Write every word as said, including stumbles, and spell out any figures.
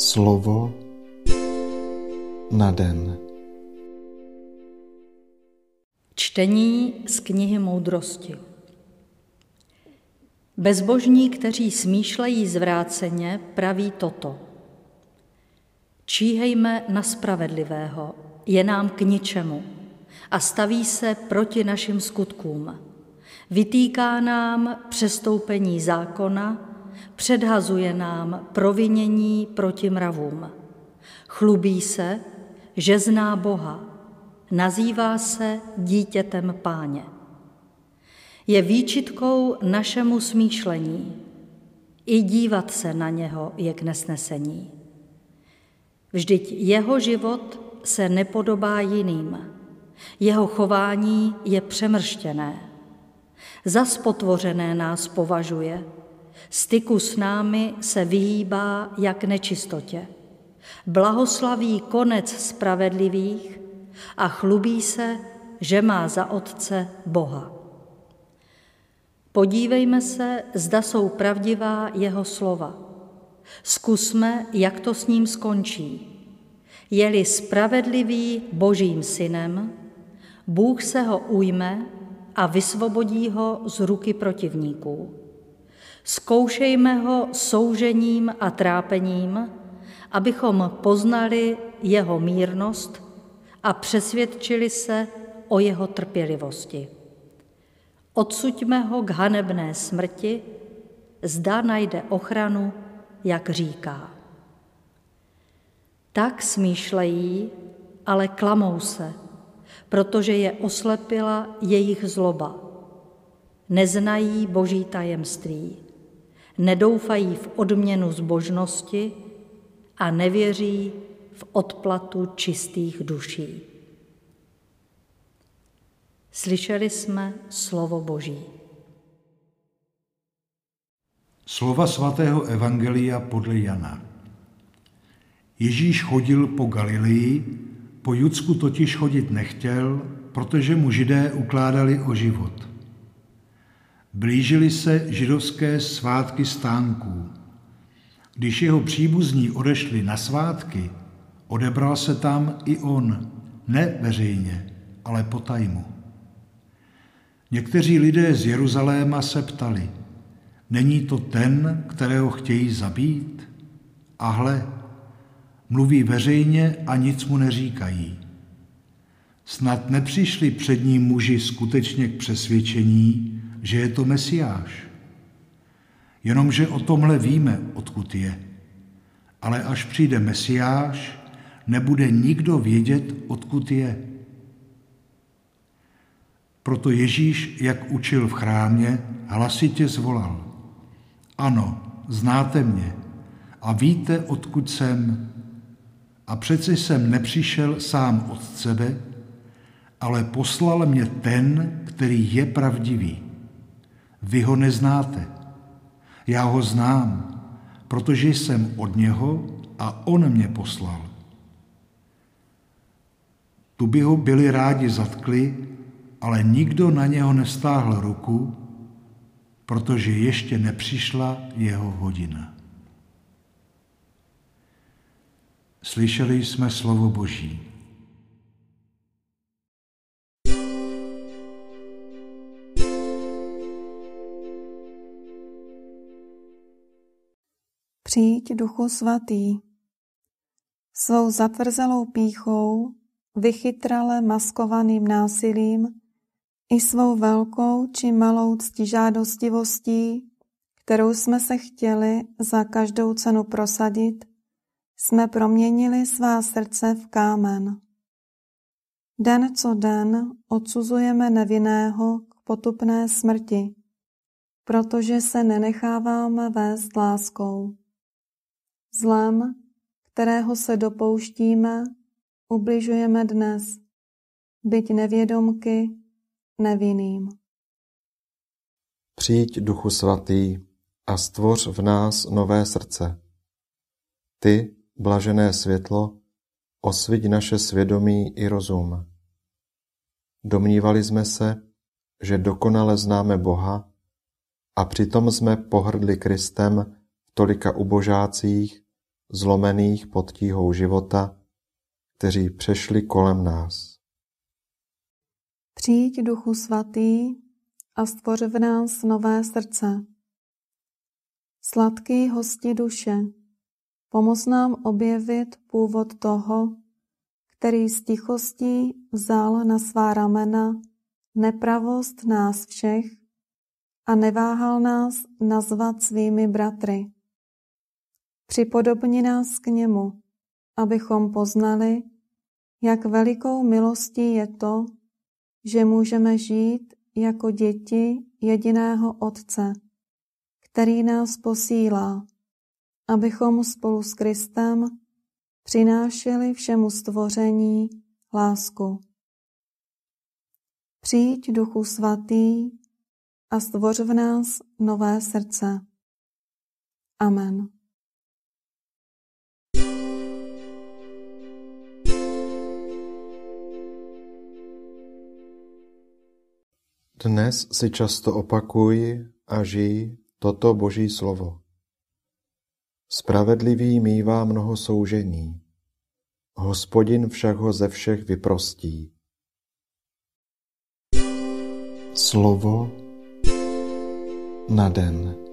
Slovo na den. Čtení z knihy Moudrosti. Bezbožní, kteří smýšlejí zvráceně, praví toto. Číhejme na spravedlivého, je nám k ničemu a staví se proti našim skutkům. Vytýká nám přestoupení zákona, předhazuje nám provinění proti mravům. Chlubí se, že zná Boha, nazývá se dítětem Páně. Je výčitkou našemu smýšlení, i dívat se na něho je k nesnesení. Vždyť jeho život se nepodobá jiným, jeho chování je přemrštěné. Za spotvořené nás považuje, styku s námi se vyhýbá jak nečistotě. Blahoslaví konec spravedlivých a chlubí se, že má za otce Boha. Podívejme se, zda jsou pravdivá jeho slova. Zkusme, jak to s ním skončí. Je-li spravedlivý Božím synem, Bůh se ho ujme a vysvobodí ho z ruky protivníků. Zkoušejme ho soužením a trápením, abychom poznali jeho mírnost a přesvědčili se o jeho trpělivosti. Odsuďme ho k hanebné smrti, zda najde ochranu, jak říká. Tak smýšlejí, ale klamou se, protože je oslepila jejich zloba. Neznají Boží tajemství, nedoufají v odměnu zbožnosti a nevěří v odplatu čistých duší. Slyšeli jsme slovo Boží. Slova svatého evangelia podle Jana. Ježíš chodil po Galilei, po Judsku totiž chodit nechtěl, protože mu Židé ukládali o život. Blížily se židovské svátky stánků. Když jeho příbuzní odešli na svátky, odebral se tam i on, ne veřejně, ale potajmu. Někteří lidé z Jeruzaléma se ptali, není to ten, kterého chtějí zabít? A hle, mluví veřejně a nic mu neříkají. Snad nepřišli před ním muži skutečně k přesvědčení, že je to Mesiáš. Jenomže o tomhle víme, odkud je. Ale až přijde Mesiáš, nebude nikdo vědět, odkud je. Proto Ježíš, jak učil v chrámě, hlasitě zvolal. Ano, znáte mě a víte, odkud jsem. A přeci jsem nepřišel sám od sebe, ale poslal mě ten, který je pravdivý. Vy ho neznáte. Já ho znám, protože jsem od něho a on mě poslal. Tu by ho byli rádi zatkli, ale nikdo na něho nestáhl ruku, protože ještě nepřišla jeho hodina. Slyšeli jsme slovo Boží. Přijď, Duchu Svatý, svou zatvrzelou pýchou, vychytrale maskovaným násilím i svou velkou či malou ctižádostivostí, kterou jsme se chtěli za každou cenu prosadit, jsme proměnili svá srdce v kámen. Den co den odsuzujeme nevinného k potupné smrti, protože se nenecháváme vést láskou. Zlem, kterého se dopouštíme, ubližujeme dnes, byť nevědomky, nevinným. Přijď, Duchu Svatý, a stvoř v nás nové srdce. Ty, blažené světlo, osviť naše svědomí i rozum. Domnívali jsme se, že dokonale známe Boha, a přitom jsme pohrdli Kristem v tolika ubožácích, zlomených pod tíhou života, kteří přešli kolem nás. Přijď, Duchu Svatý, a stvoř v nás nové srdce. Sladký hosti duše, pomoz nám objevit původ toho, který z tichostí vzal na svá ramena nepravost nás všech a neváhal nás nazvat svými bratry. Připodobni nás k němu, abychom poznali, jak velikou milostí je to, že můžeme žít jako děti jediného Otce, který nás posílá, abychom spolu s Kristem přinášeli všemu stvoření lásku. Přijď, Duchu Svatý, a stvoř v nás nové srdce. Amen. Dnes si často opakuj a žij toto Boží slovo. Spravedlivý mívá mnoho soužení, Hospodin však ho ze všech vyprostí. Slovo na den.